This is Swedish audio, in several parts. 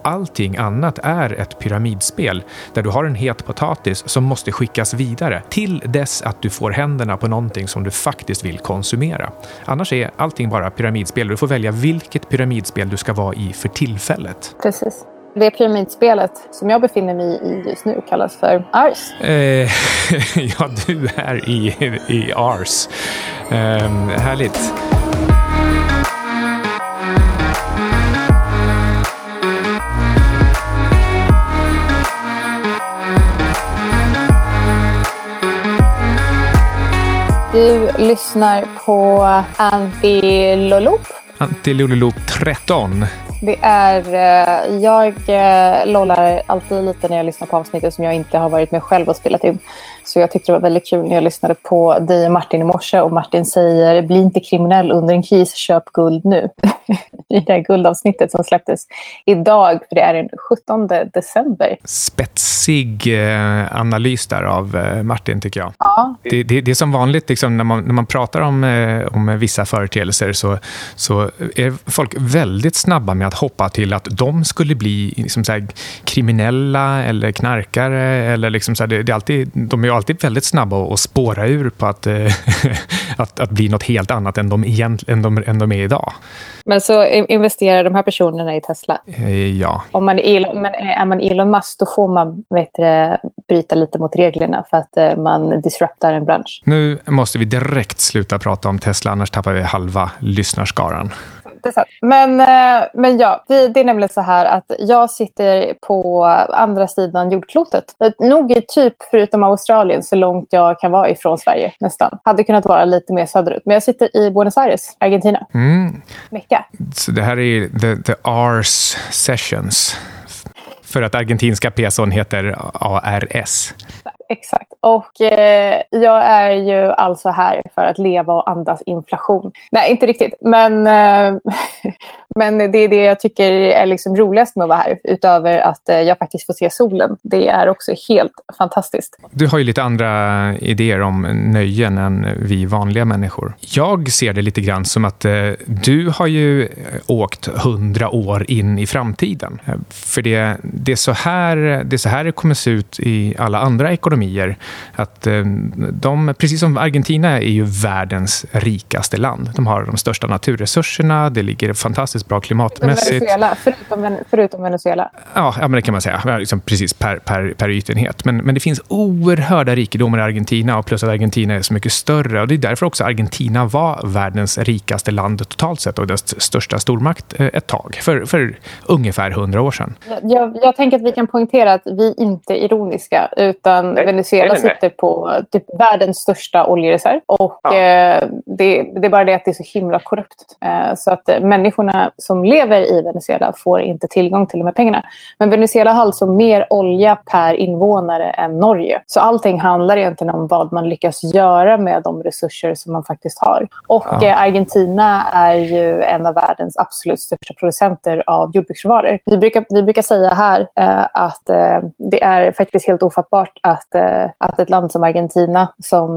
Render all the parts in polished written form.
allting annat är ett pyramidspel där du har en het potatis som måste skickas vidare till dess att du får händerna på någonting som du faktiskt vill konsumera. Annars är allting bara pyramidspel. Du får välja vilket pyramidspel du ska vara i för tillfället. Precis. Det pyramidspelet som jag befinner mig i just nu kallas för Ars. Ja, du är i Ars. Härligt. Du lyssnar på Antilolop. Antilolop 13. Det är, jag lollar alltid lite när jag lyssnar på avsnittet som jag inte har varit med själv och spelat in. Så jag tyckte det var väldigt kul när jag lyssnade på dig och Martin i morse. Och Martin säger, bli inte kriminell under en kris, köp guld nu. I det här guldavsnittet som släpptes idag, för det är den 17 december. Spetsig analys där av Martin, tycker jag. Ja. Det är som vanligt liksom, när man pratar om vissa företeelser så är folk väldigt snabba med att hoppa till att de skulle bli liksom, så här, kriminella eller knarkare. Eller liksom, så här, de är alltid väldigt snabba att spåra ur på att bli något helt annat än de är idag. Men så investerar de här personerna i Tesla? Ja. Men är man Elon Musk, då får man bryta lite mot reglerna för att man disruptar en bransch. Nu måste vi direkt sluta prata om Tesla, annars tappar vi halva lyssnarskaran. Det är sant. Men ja, det är nämligen så här att jag sitter på andra sidan jordklotet. Nog typ förutom Australien så långt jag kan vara ifrån Sverige nästan. Hade kunnat vara lite mer söderut. Men jag sitter i Buenos Aires, Argentina. Mecka. Så det här är the Ars Sessions. För att argentinska peson heter ARS. Exakt. Och jag är ju alltså här för att leva och andas inflation. Nej, inte riktigt. Men det är det jag tycker är liksom roligast med att vara här. Utöver att jag faktiskt får se solen. Det är också helt fantastiskt. Du har ju lite andra idéer om nöjen än vi vanliga människor. Jag ser det lite grann som att du har ju åkt 100 år in i framtiden. För det är så här det kommer se ut i alla andra ekonomier. Att precis som Argentina är ju världens rikaste land. De har de största naturresurserna, det ligger fantastiskt bra klimatmässigt. Förutom Venezuela. Ja, men det kan man säga. Liksom precis per ytenhet. Men det finns oerhörda rikedomar i Argentina och plus att Argentina är så mycket större. Och det är därför också Argentina var världens rikaste land totalt sett och dess största stormakt ett tag. För ungefär 100 år sedan. Jag tänker att vi kan poängtera att vi inte är ironiska utan Venezuela sitter på typ världens största oljereserv och det är bara det att det är så himla korrupt. Så att människorna som lever i Venezuela får inte tillgång till de här pengarna. Men Venezuela har alltså mer olja per invånare än Norge. Så allting handlar egentligen om vad man lyckas göra med de resurser som man faktiskt har. Och Argentina är ju en av världens absolut största producenter av jordbruksvaror. Vi brukar säga här att det är faktiskt helt ofattbart att ett land som Argentina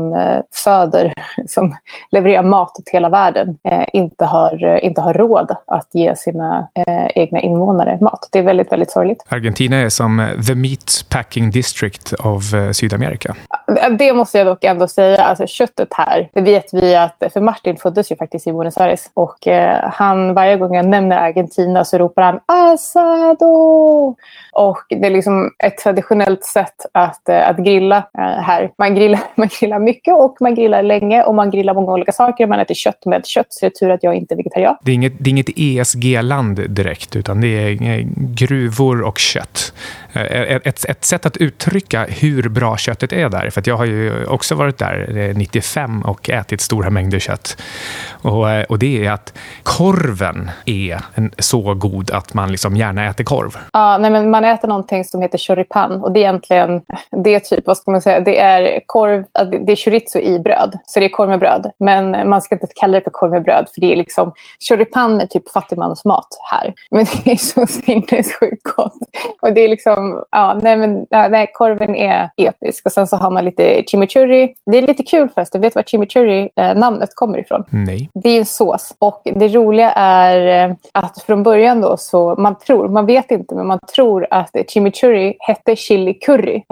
som levererar mat till hela världen inte har råd att ge sina egna invånare mat. Det är väldigt, väldigt sorgligt. Argentina är som the meat packing district av Sydamerika. Det måste jag dock ändå säga. Alltså köttet här, det vet vi att, för Martin föddes ju faktiskt i Buenos Aires och han varje gång jag nämner Argentina så ropar han asado! Och det är liksom ett traditionellt sätt att grilla här. Man grillar mycket och man grillar länge och man grillar många olika saker. Man äter kött med kött, så det är tur att jag inte är vegetarian. Det är inget ESG-land direkt utan det är gruvor och kött. Ett sätt att uttrycka hur bra köttet är där. För att jag har ju också varit där 95 och ätit stora mängder kött. Och det är att korven är så god att man liksom gärna äter korv. Ja, nej, men man äter någonting som heter choripan och det är egentligen, det är typ, vad ska man säga, det är korv, det är chorizo i bröd, så det är korv med bröd. Men man ska inte kalla det för korv med bröd för det är liksom, choripan är typ fattigmansmat här. Men det är så sinnessjukt gott. Och det är liksom, korven är episk. Och sen så har man lite chimichurri. Det är lite kul förresten. Vet du vad chimichurri namnet kommer ifrån? Nej. Det är en sås. Och det roliga är att från början då så man vet inte, men man tror att chimichurri hette chili curry.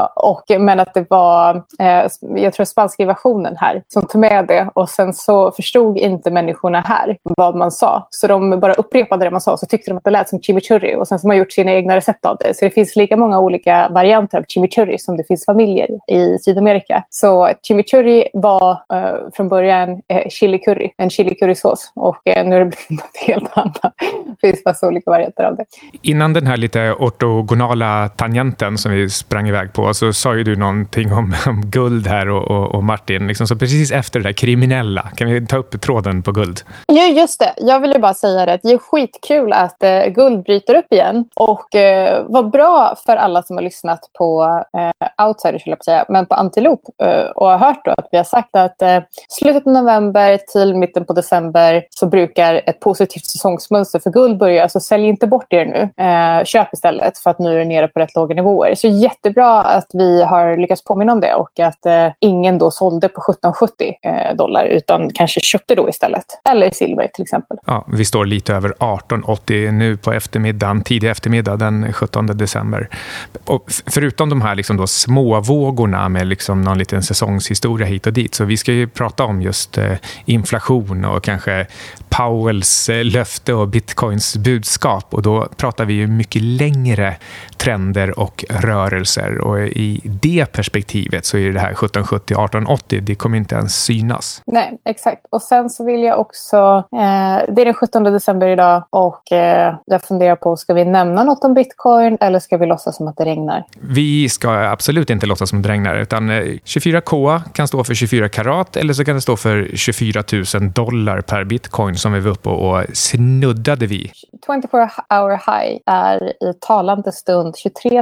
Men att det var, jag tror spanska invasionen här som tog med det. Och sen så förstod inte människorna här vad man sa. Så de bara upprepade det man sa, så tyckte de att det lät som chimichurri. Och sen så har man gjort sina egna recept av det. Så det finns lika många olika varianter av chimichurri som det finns familjer i Sydamerika. Så chimichurri var från början chili curry, en chili currysås. Och nu är det blivit något helt annat. Det finns massa olika varianter av det. Innan den här lite ortogonala tangenten som vi sprang iväg på, så sa ju du någonting om guld här och Martin. Liksom, så precis efter det där kriminella, kan vi ta upp tråden på guld? Ja, just det. Jag vill ju bara säga det. Det är skitkul att guld bryter upp igen. Och vad bra för alla som har lyssnat på Outsiders, skulle jag säga, men på Antilope och har hört då att vi har sagt att slutet av november till mitten på december så brukar ett positivt säsongsmönster för guld börja. Så sälj inte bort er nu. Köp istället, för att nu är det nere på rätt låga nivåer. Så jättebra att vi har lyckats påminna om det, och att ingen då sålde på $1770 utan kanske köpte då istället. Eller silver till exempel. Ja, vi står lite över 1880 nu på eftermiddagen, tidig eftermiddag den 17 december. Och förutom de här liksom då småvågorna med liksom någon liten säsongshistoria hit och dit, så vi ska ju prata om just inflation och kanske Powells löfte och bitcoins budskap, och då pratar vi ju mycket längre trender och rörelser, och i det perspektivet så är det här 1770-1880, det kommer inte ens synas. Nej, exakt. Och sen så vill jag också, det är den 17 december idag, och jag funderar på, ska vi nämna något om bitcoin eller ska vi låtsas som att det regnar? Vi ska absolut inte låtsas som det regnar, utan 24K kan stå för 24 karat, eller så kan det stå för $24,000 per bitcoin, som vi var uppe och snuddade vid. 24-hour high är i talande stund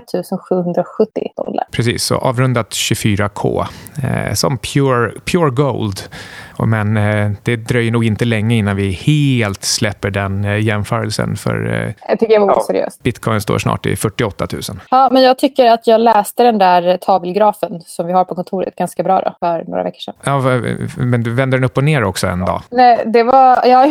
$23,770. Precis, så avrundat 24K som pure gold. Men det dröjer nog inte länge innan vi helt släpper den jämförelsen, för jag tycker jag var seriöst. Bitcoin står snart i 48 000. Ja, men jag tycker att jag läste den där tavelgrafen som vi har på kontoret ganska bra då, för några veckor sedan. Ja, men du vänder den upp och ner också en dag. Nej, det var... Ja,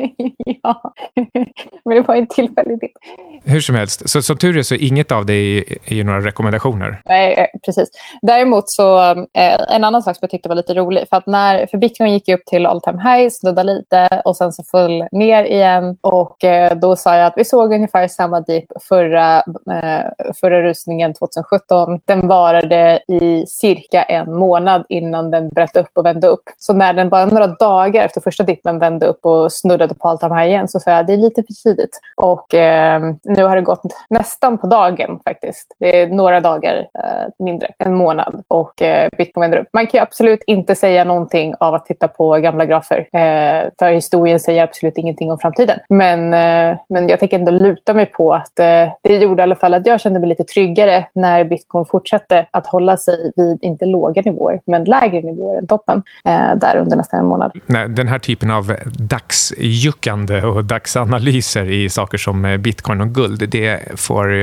men det var en tillfällighet. Hur som helst, så tur är så inget av det är några rekommendationer. Nej, precis. Däremot så en annan sak som jag tyckte var lite rolig, för Bitcoin gick upp till all time high, snudda lite och sen så föll ner igen, och då sa jag att vi såg ungefär samma dip förra rusningen 2017. Den varade i cirka en månad innan den bröt upp och vände upp. Så när den bara några dagar efter första dippen vände upp och snuddade på all time high igen, så sa jag att det är lite för tidigt. Och nu har det gått nästan på dagen faktiskt. Det är några dagar mindre, en månad, och Bitcoin vänder upp. Man kan ju absolut inte säga någonting av att titta på gamla grafer. För historien säger absolut ingenting om framtiden. Men jag tänker ändå luta mig på att det gjorde i alla fall att jag kände mig lite tryggare när Bitcoin fortsatte att hålla sig vid inte låga nivåer, men lägre nivåer än toppen där under nästan en månad. Nej, den här typen av dagsjuckande och dagsanalyser i saker som Bitcoin och guld, det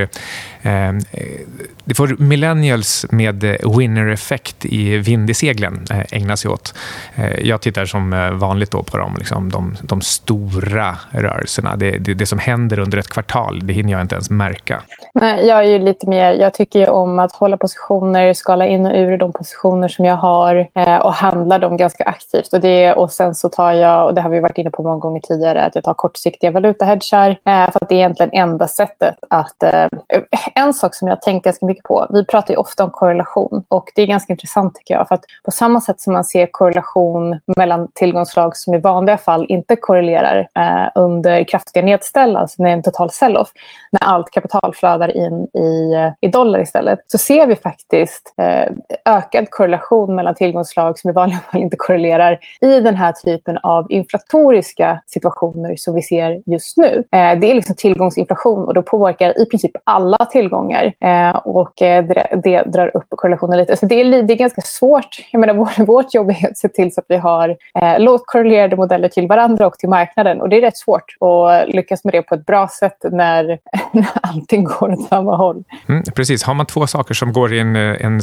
får millennials med winner-effekt i vind i seglen ägna sig åt. Jag tittar som vanligt då på liksom de stora rörelserna. Det som händer under ett kvartal, det hinner jag inte ens märka. Nej, jag är ju lite mer, jag tycker ju om att hålla positioner, skala in och ur de positioner som jag har och handla dem ganska aktivt. Och sen så tar jag, och det har vi varit inne på många gånger tidigare, att jag tar kortsiktiga valutahedgar för att det är egentligen enda sättet att... En sak som jag tänker ganska mycket på, vi pratar ju ofta om korrelation, och det är ganska intressant tycker jag, för att på samma sätt som man ser korrelation mellan tillgångsslag som i vanliga fall inte korrelerar under kraftiga nedställ, alltså med en total sell-off, när allt kapital flödar in i dollar istället, så ser vi faktiskt ökad korrelation mellan tillgångsslag som i vanliga fall inte korrelerar i den här typen av inflatoriska situationer som vi ser just nu. Det är liksom tillgångsinflation, och då påverkar i princip alla tillgångar, och det drar upp korrelationen lite. Så det är ganska svårt. Jag menar, vårt jobb är att se till så att vi har lågt korrelerade modeller till varandra och till marknaden, och det är rätt svårt att lyckas med det på ett bra sätt när allting går åt samma håll. Precis, har man två saker som går i en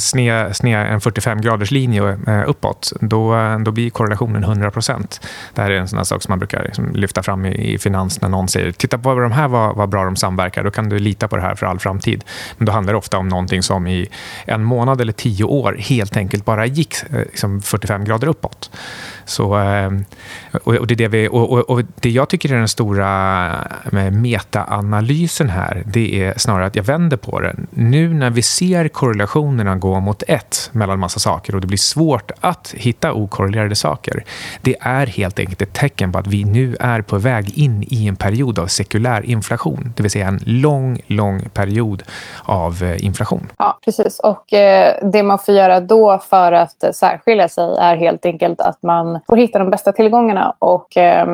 45-graders linje uppåt, då blir korrelationen 100%. Det här är en sån här sak som man brukar liksom lyfta fram i finans när någon säger, titta på vad de här var bra de samverkar, då kan du lita på det här för all framtid. Men då handlar det ofta om någonting som i en månad eller 10 år helt enkelt bara gick liksom 45 grader uppåt. Så, och det jag tycker är den stora metaanalysen här, det är snarare att jag vänder på det. Nu när vi ser korrelationerna gå mot 1 mellan massa saker och det blir svårt att hitta okorrelerade saker, det är helt enkelt ett tecken på att vi nu är på väg in i en period av sekulär inflation, det vill säga en lång period av inflation. Ja, precis. Och det man får göra då för att särskilja sig är helt enkelt att man får hitta de bästa tillgångarna. Och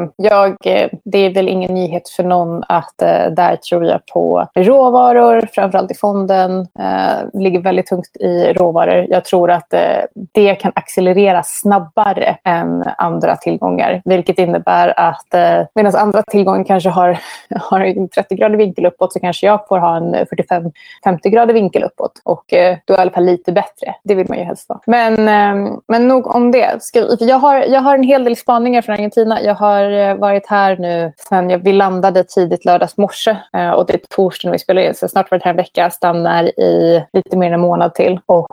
det är väl ingen nyhet för någon att där tror jag på råvaror, framförallt i fonden, ligger väldigt tungt i råvaror. Jag tror att det kan accelerera snabbare än andra tillgångar, vilket innebär att medan andra tillgångar kanske har en 30-gradig vinkel uppåt, så kanske jag får ha en 45-50-gradig vinkel uppåt, och då är det i alla fall lite bättre. Det vill man ju helst vara. Men nog om det. Jag har en hel del spaningar från Argentina. Jag har varit här nu sen vi landade tidigt lördags morse, och det är torsdag när vi spelar in, så snart varit här en vecka, stannar i lite mer än en månad till. Och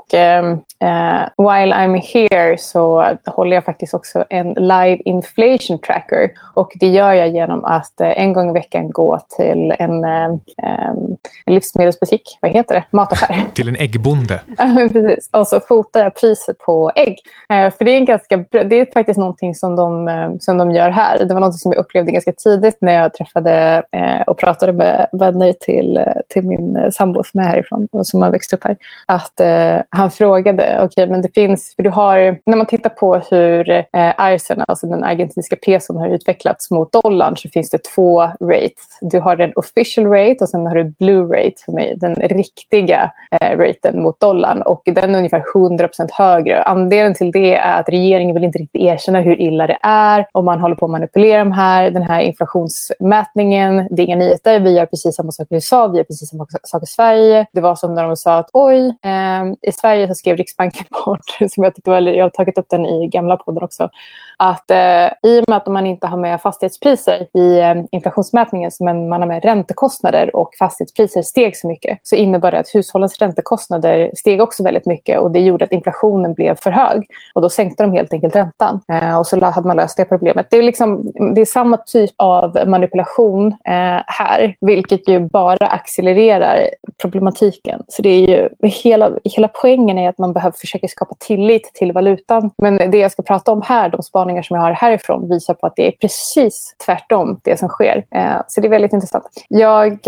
while I'm here så håller jag faktiskt också en live inflation tracker, och det gör jag genom att en gång i veckan gå till en livsmedelsbutik, vad heter det? Mataffär. Till en äggbonde. Precis. Och så fotar jag priset på ägg. För det är faktiskt någonting som de gör här. Det var något som jag upplevde ganska tidigt när jag träffade och pratade med vänner till min sambo som är härifrån och som har växt upp här. Att han frågade, okej, men det finns, för du har, när man tittar på hur arsen, alltså den argentinska peson har utvecklats mot dollarn, så finns det 2 rates. Du har den official rate och sen har du blue rate, som är den riktiga raten mot dollarn, och den är ungefär 100% högre. Andelen till det är att regeringen vill inte riktigt erkänna hur illa det är, och man håller på att manipulera den här inflationsmätningen. Det är inga nyheter, vi gör precis samma sak i USA, vi gör precis samma sak i Sverige. Det var som när de sa att i Sverige så skrev Riksbanken bort, som jag tyckte jag har tagit upp den i gamla podden också, att i och med att man inte har med fastighetspriser i inflationsmätningen, men man har med räntekostnader, och fastighetspriser steg så mycket, så innebär det att hushållens räntekostnader steg också väldigt mycket, och det gjorde att inflationen blev för hög, och då sänkte de helt enkelt räntan, och så hade man löst det problemet. Det är samma typ av manipulation här, vilket ju bara accelererar problematiken. Så det är ju hela poängen är att man behöver försöka skapa tillit till valutan, men det jag ska prata om här, de spaningar som jag har härifrån, visar på att det är precis tvärtom det som sker. Så det är väldigt intressant. Jag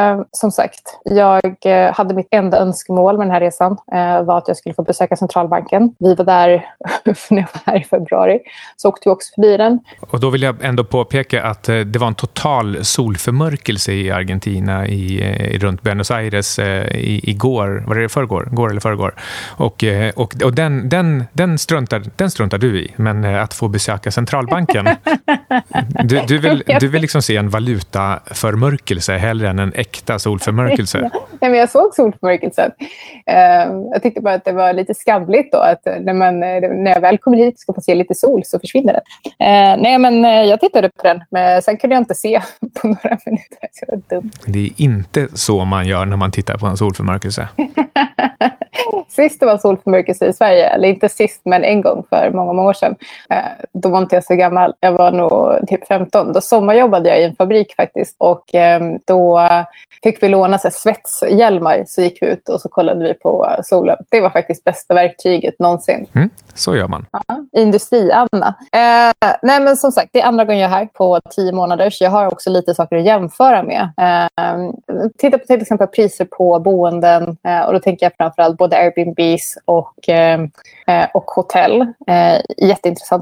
hade mitt enda önskemål med den här resan, var att jag skulle få besöka centralbanken. Vi var där när jag var här i februari, så åkte vi också förbi den. Och då vill jag ändå påpeka att det var en total solförmörkelse i Argentina runt Buenos Aires igår. Var det förrgår? Går eller förrgår? Och den struntar du i, men att få besöka centralbanken. Du vill liksom se en valutaförmörkelse hellre än en äkta solförmörkelse. Nej, men jag såg solförmörkelsen. Jag tyckte bara att det var lite skavligt då, att när jag väl kommer hit och ska få se lite sol så försvinner den. Nej, men jag tittade på den, men sen kunde jag inte se på några minuter. Så det var dumt. Det är inte så man gör när man tittar på en solförmörkelse. Sist det var solförmörkelse i Sverige, eller inte sist, men en gång för många år sedan. Då var inte jag så gammal. Jag var nog typ 15. Då sommarjobbade jag i en fabrik faktiskt. Och då fick vi låna svetshjälmar, så gick vi ut och så kollade vi på solen. Det var faktiskt bästa verktyget någonsin. Så gör man. Industri-Anna. Nej, men som sagt, det är andra gången jag är här på 10 månader, så jag har också lite saker att jämföra med. Titta på till exempel priser på boenden, och då tänker jag framförallt både Airbnbs och hotell. Jätteintressant tycker jag.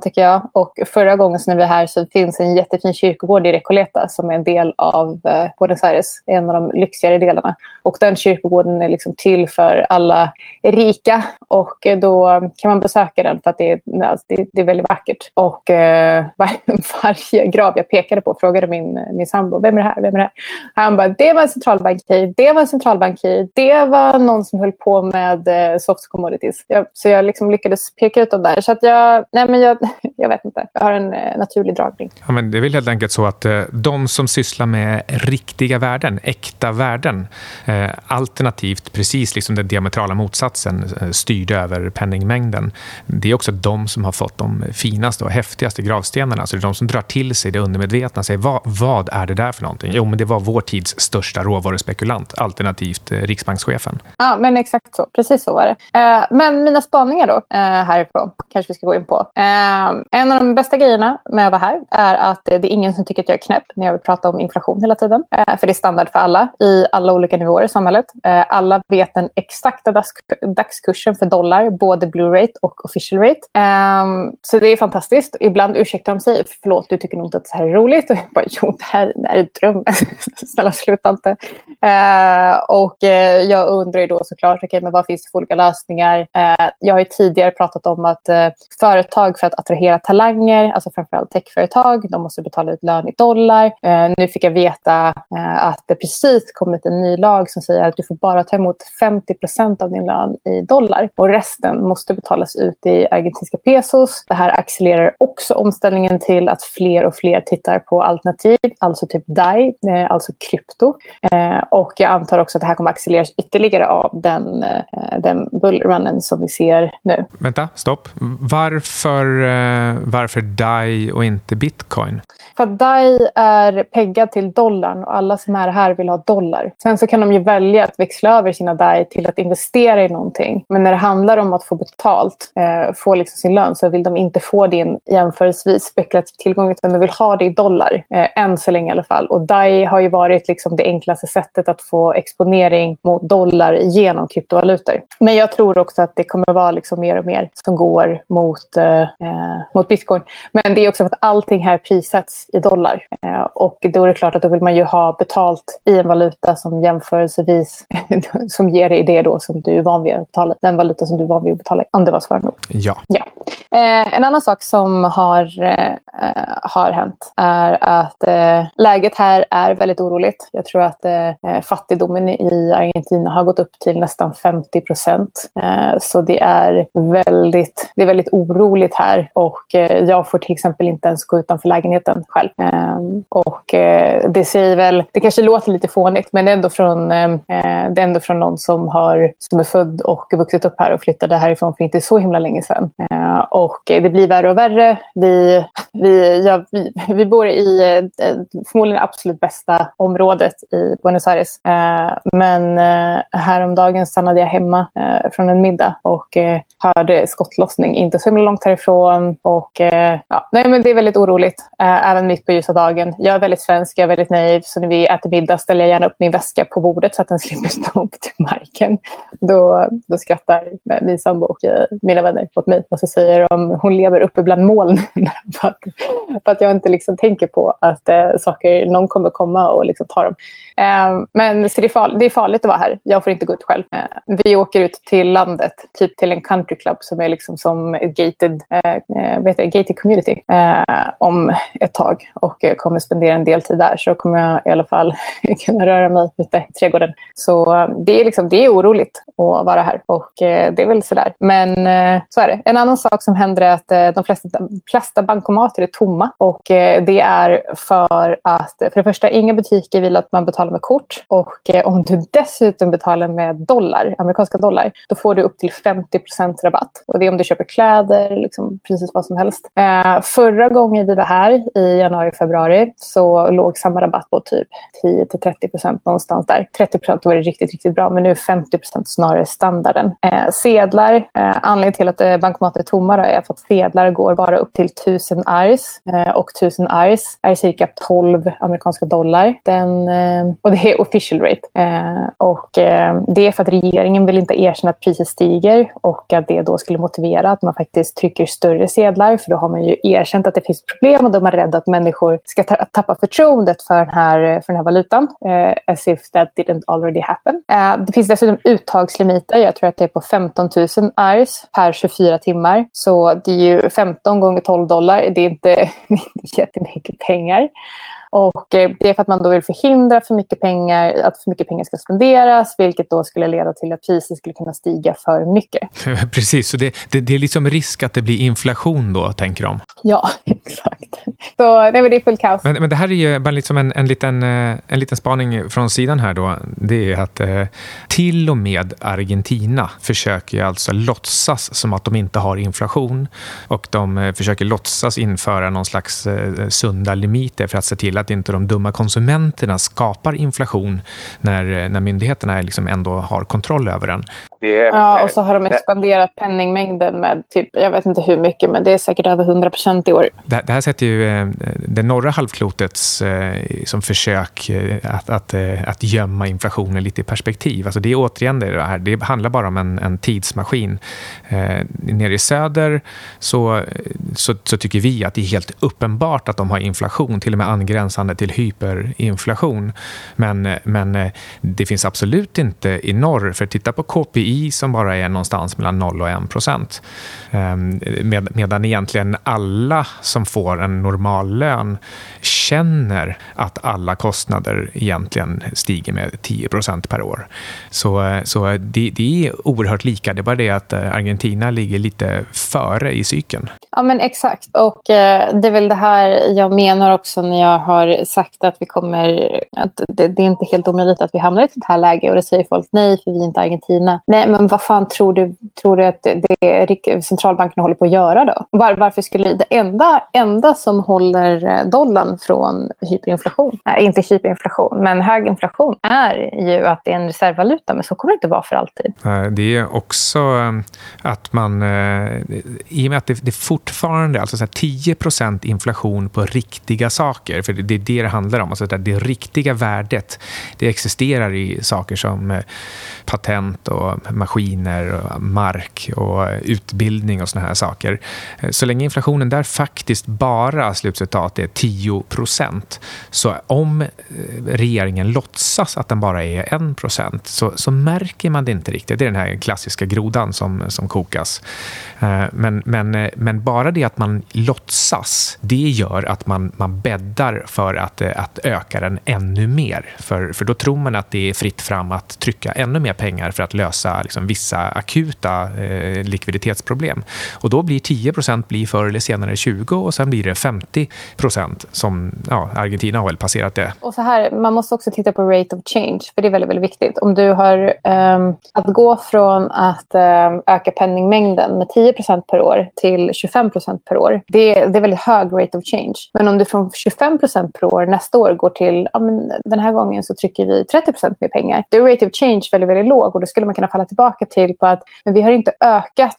Och förra gången som vi var här så finns en jättefin kyrkogård i Recoleta som är en del av Buenos Aires, en av de lyxigare delarna. Och den kyrkogården är liksom till för alla rika och då kan man besöka den för att det är väldigt vackert. Och varje grav jag pekade på frågade min sambo, vem är det här? Han bara, det var en centralbankier, det var någon som höll på med soft commodities. Så jag liksom lyckades peka ut dem där. Så att jag vet inte. Jag har en naturlig dragning. Ja, men det är väl helt enkelt så att de som sysslar med riktiga värden, äkta värden, alternativt precis liksom den diametrala motsatsen styrde över penningmängden. Det är också de som har fått de finaste och häftigaste gravstenarna. Så det är de som drar till sig det undermedvetna och säger, vad är det där för någonting? Jo, men det var vår tids största råvarespekulant, alternativt riksbankschefen. Ja, men exakt så. Precis så var det. Men mina spaningar då härifrån kanske vi ska gå in på. En av de bästa grejerna med att vara här är att det är ingen som tycker att jag är knäpp när jag vill prata om inflation hela tiden. För det är standard för alla i alla olika nivåer i samhället. Alla vet den exakta dagskursen för dollar, både blue rate och official rate. Så det är fantastiskt. Ibland ursäktar de sig, förlåt, du tycker nog inte att det här är roligt. Och jag bara, jo, det här är ett dröm. Snälla, sluta inte. Och jag undrar ju då såklart, men vad finns det för olika lösningar? Jag har ju tidigare pratat om att företag för att attrahera talanger, alltså framförallt techföretag, de måste betala ut lön i dollar. Nu fick jag veta att det precis kommit en ny lag som säger att du får bara ta emot 50% av din lön i dollar och resten måste betalas ut i argentinska pesos. Det här accelererar också omställningen till att fler och fler tittar på alternativ, alltså typ DAI, alltså krypto. Och jag antar också att det här kommer accelereras ytterligare av den bullrunnen som vi ser nu. Vänta, stopp. Varför DAI och inte bitcoin? För att DAI är peggad till dollarn och alla som är här vill ha dollar. Sen så kan de ju välja att växla över sina DAI till att investera i någonting. Men när det handlar om att få betalt, få liksom sin lön, så vill de inte få din jämförelsevis spekulativ tillgång, utan de vill ha det i dollar. Än så länge i alla fall. Och DAI har ju varit liksom det enklaste sättet att få exponering mot dollar genom kryptovalutor. Men jag tror också att det kommer vara liksom mer och mer som går mot bitcoin. Men det är också för att allting här prissätts i dollar. Och då är det klart att då vill man ju ha betalt i en valuta som jämförelsevis som ger dig det då som du är van vid att betala. Den valuta som du är van vid att betala. Om det var svar nog. Ja. En annan sak som har hänt är att läget här är väldigt oroligt. Jag tror att fattigdomen i Argentina har gått upp till nästan 50%. Så det är väldigt oroligt här och jag får till exempel inte ens gå utanför lägenheten själv. Och det säger väl, det kanske låter lite fånigt, men det är ändå från någon som är född och vuxit upp här och flyttade härifrån för inte så himla länge sedan. Och det blir värre och värre. Vi bor i förmodligen absolut bästa området i Buenos Aires. Men häromdagen stannade jag hemma från en middag och hörde skottlossning inte så himla långt härifrån. Och men det är väldigt oroligt. Även mitt på ljusa dagen. Jag är väldigt svensk, jag är väldigt naiv. Så när vi äter middag ställer jag gärna upp min väska på bordet så att den slipper stå upp till marken. Då skrattar min sambo och mina vänner åt mig. Och så säger de, hon lever uppe bland moln. för att jag inte liksom tänker på att någon kommer komma och liksom ta dem. Men så det är farligt att vara här. Jag får inte gå ut själv. Vi åker ut till landet, typ till en country club som är liksom som ett gated community om ett tag och kommer spendera en del tid där, så kommer jag i alla fall kunna röra mig ute i trädgården. Så det är oroligt att vara här och det är väl sådär. Men så är det. En annan sak som händer är att de flesta bankomater är tomma och det är för att för det första inga butiker vill att man betalar med kort och om du dessutom betalar med dollar, amerikanska dollar, då får du upp till 50% rabatt och det är om du köper kläder, liksom precis vad som helst. Förra gången vi var här i januari-februari så låg samma rabatt på typ 10-30% någonstans där. 30% var det riktigt, riktigt bra, men nu är 50% snarare standarden. Sedlar, anledningen till att bankomater är tomma är för att sedlar går bara upp till 1000 ars och 1000 ars är cirka 12 amerikanska dollar. Och det är official rate. Och det är för att regeringen vill inte erkänna att priset stiger och att det då skulle motivera att man faktiskt trycker större sedlar dollar, för då har man ju erkänt att det finns problem och då är man rädd att människor ska tappa förtroendet för den här valutan. As if that didn't already happen. Det finns dessutom uttagslimiter. Jag tror att det är på 15 000 IRS per 24 timmar. Så det är ju 15 gånger 12 dollar. Det är inte jättemycket pengar. Och det är för att man då vill förhindra att för mycket pengar ska spenderas, vilket då skulle leda till att priset skulle kunna stiga för mycket. Precis, så det är liksom risk att det blir inflation då, tänker de. Ja, exakt. Så det är fullt kaos. Men det här är ju bara liksom en liten spaning från sidan här då. Det är att till och med Argentina försöker alltså låtsas som att de inte har inflation. Och de försöker låtsas införa någon slags sunda limiter för att se till att inte de dumma konsumenterna skapar inflation när myndigheterna liksom ändå har kontroll över den. Ja, och så har de expanderat penningmängden med typ, jag vet inte hur mycket, men det är säkert över 100% i år. Det här sätter ju det norra halvklotets som försök att gömma inflationen lite i perspektiv. Alltså det är återigen det här. Det handlar bara om en tidsmaskin. Nere i söder så tycker vi att det är helt uppenbart att de har inflation, till och med angränsande till hyperinflation. Men det finns absolut inte i norr, för titta på KPI som bara är någonstans mellan 0 och 1%. Medan egentligen alla som får en normal lön känner att alla kostnader egentligen stiger med 10% per år. Så det är oerhört lika. Det är bara det att Argentina ligger lite före i cykeln. Ja, men exakt. Och det är väl det här jag menar också när jag har sagt att vi kommer, att det är inte helt omöjligt att vi hamnar i ett sånt här läge, och det säger folk nej, för vi är inte Argentina. Nej, men vad fan tror du att det centralbanken håller på att göra då? Varför skulle det enda som håller dollarn från hyperinflation, nej, inte hyperinflation, men hög inflation, är ju att det är en reservvaluta, men så kommer det inte vara för alltid. Det är också att man, i och med att det fortfarande alltså så här 10% inflation på riktiga saker, för det är det handlar om, alltså det riktiga värdet, det existerar i saker som patent och maskiner och mark och utbildning och såna här saker. Så länge inflationen där faktiskt bara, slutcitat, är 10%, så om regeringen låtsas att den bara är 1%, så märker man det inte riktigt. Det är den här klassiska grodan som kokas. Men bara det att man låtsas, det gör att man bäddar för att öka den ännu mer. För då tror man att det är fritt fram att trycka ännu mer pengar för att lösa liksom vissa akuta likviditetsproblem. Och då blir 10% blir förr eller senare 20%, och sen blir det 50%, som Argentina har väl passerat det. Och så här, man måste också titta på rate of change, för det är väldigt, väldigt viktigt. Om du har att gå från att öka penningmängden med 10% per år till 25% per år, det är väldigt hög rate of change. Men om du från 25% per år nästa år går till, den här gången så trycker vi 30% mer pengar, då är rate of change väldigt, väldigt låg, och då skulle man kunna falla tillbaka till på att men vi har inte ökat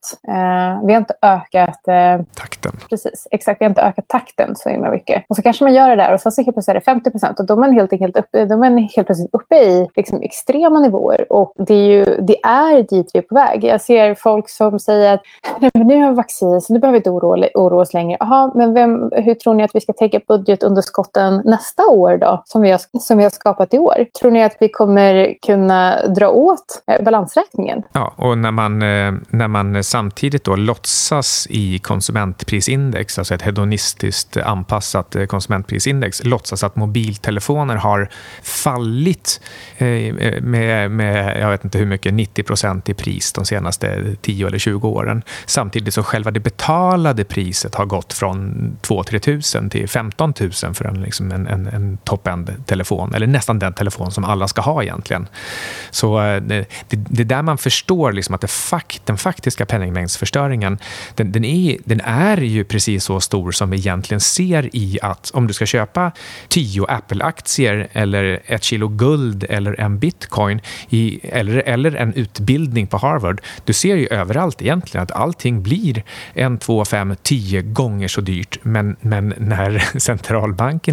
takten. Precis, exakt, vi har inte ökat takten så himla mycket. Och så kanske man gör det där, och så helt plötsligt är det 50%, och då är man helt plötsligt uppe i liksom extrema nivåer, och det är dit vi är på väg. Jag ser folk som säger att nu har vi vaccin, så nu behöver vi inte oroa oss längre. Jaha, men hur tror ni att vi ska täcka budgetunderskotten nästa år då, som vi har skapat i år? Tror ni att vi kommer kunna dra åt balansräkningen? Ja, och när man samtidigt då låtsas i konsumentprisindex, alltså ett hedonistiskt anpassat konsumentprisindex, låtsas att mobiltelefoner har fallit med jag vet inte hur mycket, 90% i pris de senaste 10 eller 20 åren. Samtidigt så själva det betalade priset har gått från 2-3 tusen till 15 000 för en top-end-telefon, eller nästan den telefon som alla ska ha egentligen. Så det är där man förstår liksom att den faktiska penningmängdsförstöringen, den är ju precis så stor som vi egentligen ser i att om du ska köpa 10 Apple-aktier eller 1 kilo guld eller en bitcoin eller en utbildning på Harvard, du ser ju överallt egentligen att allting blir 1, 2, 5, 10 gånger så dyrt, men när centralbankerna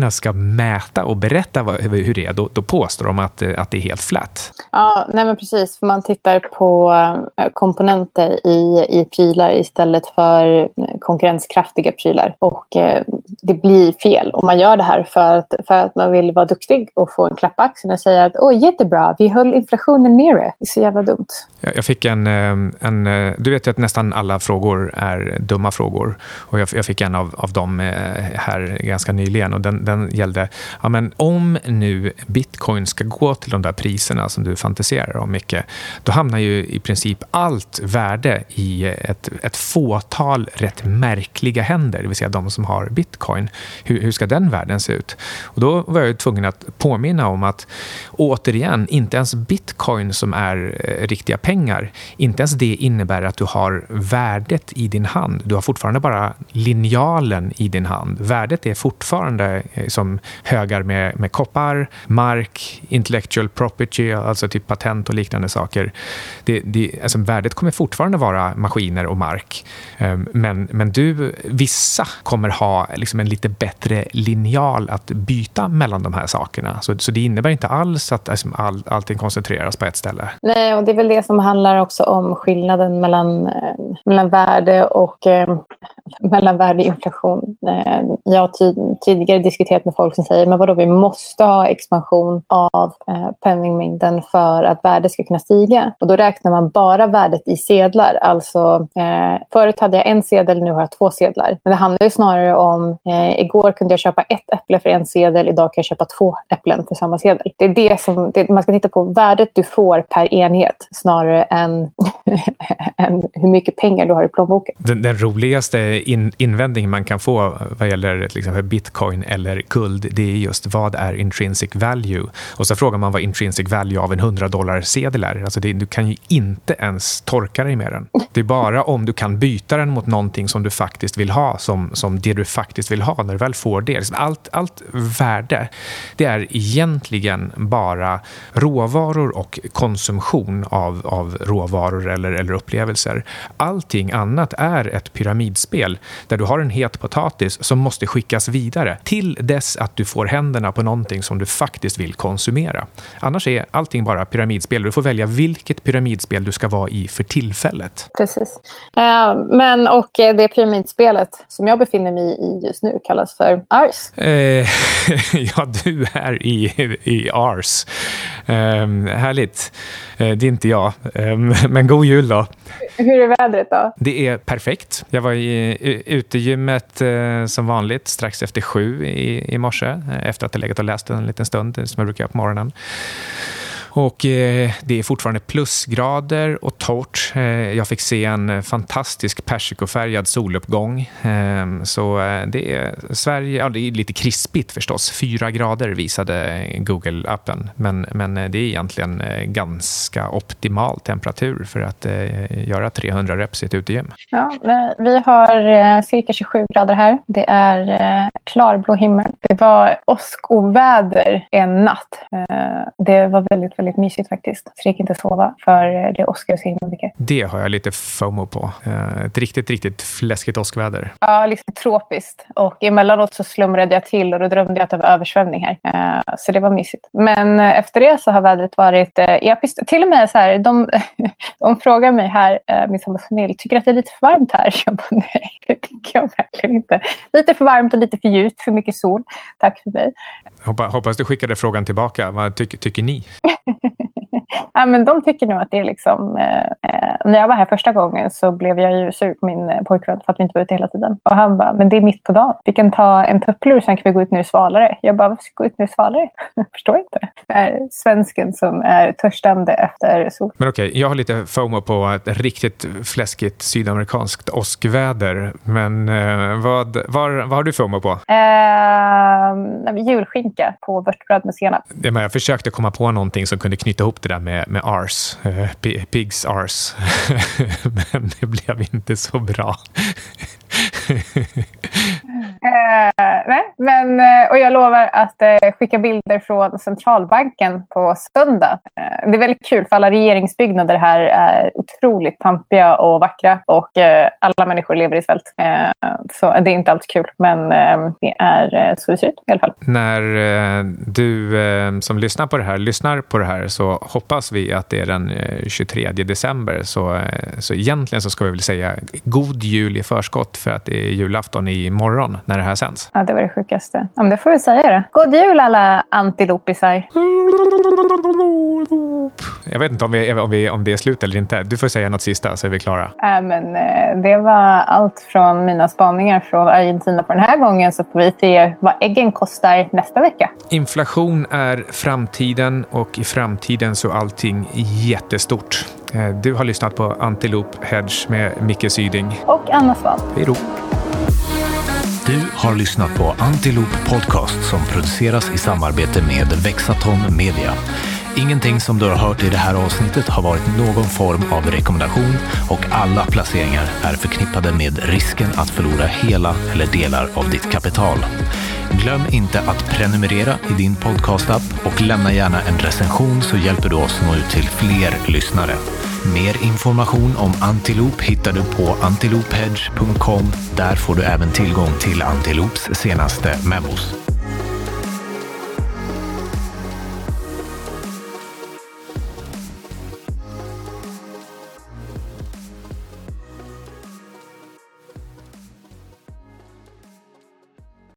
politikerna ska mäta och berätta hur det är, då påstår de att det är helt flat. Ja, nej men precis. För man tittar på komponenter i prylar istället för konkurrenskraftiga prylar. Och det blir fel. Och man gör det här för att man vill vara duktig och få en klapp på axeln och säga att jättebra, vi höll inflationen nere. Det är så jävla dumt. Jag fick du vet ju att nästan alla frågor är dumma frågor. Och jag fick en av dem här ganska nyligen. Och den gällde, men om nu bitcoin ska gå till de där priserna som du fantiserar om mycket, då hamnar ju i princip allt värde i ett fåtal rätt märkliga händer, det vill säga de som har bitcoin. Hur ska den världen se ut? Och då var jag tvungen att påminna om att återigen, inte ens bitcoin som är riktiga pengar, inte ens det innebär att du har värdet i din hand. Du har fortfarande bara linjalen i din hand. Värdet är fortfarande som högar med koppar, mark, intellectual property, alltså typ patent och liknande saker. Alltså värdet kommer fortfarande vara maskiner och mark. Men vissa kommer ha liksom en lite bättre linjal att byta mellan de här sakerna. Så det innebär inte alls att allting koncentreras på ett ställe. Nej, och det är väl det som handlar också om skillnaden mellan värde och mellan värde och inflation. Jag har tidigare diskuterat med folk som säger, men vadå, vi måste ha expansion av penningmängden för att värdet ska kunna stiga. Och då räknar man bara värdet i sedlar. Alltså, förut hade jag en sedel, nu har jag 2 sedlar. Men det handlar ju snarare om, igår kunde jag köpa 1 äpple för en sedel, idag kan jag köpa 2 äpplen för samma sedel. Det är det som, man ska titta på värdet du får per enhet snarare än hur mycket pengar du har i plånboken. Den roligaste invändningen man kan få vad gäller till exempel bitcoin eller guld, det är just vad är intrinsic value? Och så frågar man vad intrinsic value av en $100-sedel är. Alltså du kan ju inte ens torka dig med den. Det är bara om du kan byta den mot någonting som du faktiskt vill ha, som det du faktiskt vill ha när du väl får det. Allt värde, det är egentligen bara råvaror och konsumtion av råvaror eller upplevelser. Allting annat är ett pyramidspel där du har en het potatis som måste skickas vidare till dess att du får händerna på någonting som du faktiskt vill konsumera. Annars är allting bara pyramidspel. Du får välja vilket pyramidspel du ska vara i för tillfället. Precis. Och det pyramidspelet som jag befinner mig i just nu kallas för Ars. Ja, du är i Ars. Härligt. Det är inte jag. Men god jul då. Hur är vädret då? Det är perfekt. Jag var i utegymmet som vanligt strax efter 7 i morse. Efter att jag legat och läst en liten stund som jag brukar göra på morgonen. Och det är fortfarande plusgrader och torrt. Jag fick se en fantastisk persikofärgad soluppgång. Så det är Sverige, ja, det är lite krispigt förstås. 4 grader visade Google-appen. Men det är egentligen ganska optimal temperatur för att göra 300 reps i ett utegym. Ja, vi har cirka 27 grader här. Det är klarblå himmel. Det var åskoväder en natt. Det var väldigt, väldigt mysigt faktiskt. Så det gick inte sova för det åskar så himla mycket. Det har jag lite FOMO på. Ett riktigt fläskigt åskväder. Ja, liksom tropiskt. Och emellanåt så slumrade jag till och då drömde jag att det var översvämning här. Så det var mysigt. Men efter det så har vädret varit episkt. Till och med så här, de frågar mig här, min familj, tycker att det är lite för varmt här? Jag bara, nej, det tycker jag verkligen inte. Lite för varmt och lite för ljust, för mycket sol. Tack för mig. Hoppas du skickade frågan tillbaka. Vad tycker ni? Ja, men de tycker nog att det är liksom... när jag var här första gången så blev jag ju sur på min pojkvän för att vi inte var ute hela tiden. Och han bara, men det är mitt på dagen. Vi kan ta en tupplur, sen kan vi gå ut nu i svalare. Jag bara, varför ska vi gå ut nu i svalare? Jag förstår inte. Det är svensken som är törstande efter sol. Men okej, jag har lite FOMO på ett riktigt fläskigt sydamerikanskt åskväder. Men vad har du FOMO på? Julskinka på vörtbröd med senap. Jag försökte komma på någonting som kunde knyta ihop det där med ars. Pigs ars. Men det blev inte så bra. Och jag lovar att skicka bilder från centralbanken på söndag. Det är väldigt kul för alla regeringsbyggnader här är otroligt pampiga och vackra och alla människor lever i svält. Så det är inte alltid kul, men det är så det ser ut i alla fall. När du som lyssnar på det här så hoppas vi att det är den 23 december. Så egentligen så ska vi väl säga god jul i förskott för att det är julafton imorgon när det här sänds. Ja, det var det sjukaste. Ja, men det får vi säga det. God jul alla antilopisar. Jag vet inte om det är slut eller inte. Du får säga något sista så är vi klara. Men det var allt från mina spaningar från Argentina på den här gången, så får vi se vad äggen kostar nästa vecka. Inflation är framtiden och i framtiden så allting jättestort. Du har lyssnat på Antilope Hedge med Micke Syding. Och Anna Svan. Hej då. Du har lyssnat på Antilope Podcast som produceras i samarbete med Vexaton Media. Ingenting som du har hört i det här avsnittet har varit någon form av rekommendation och alla placeringar är förknippade med risken att förlora hela eller delar av ditt kapital. Glöm inte att prenumerera i din podcastapp och lämna gärna en recension så hjälper du oss nå ut till fler lyssnare. Mer information om Antilope hittar du på antilopehedge.com. Där får du även tillgång till Antilopes senaste memos.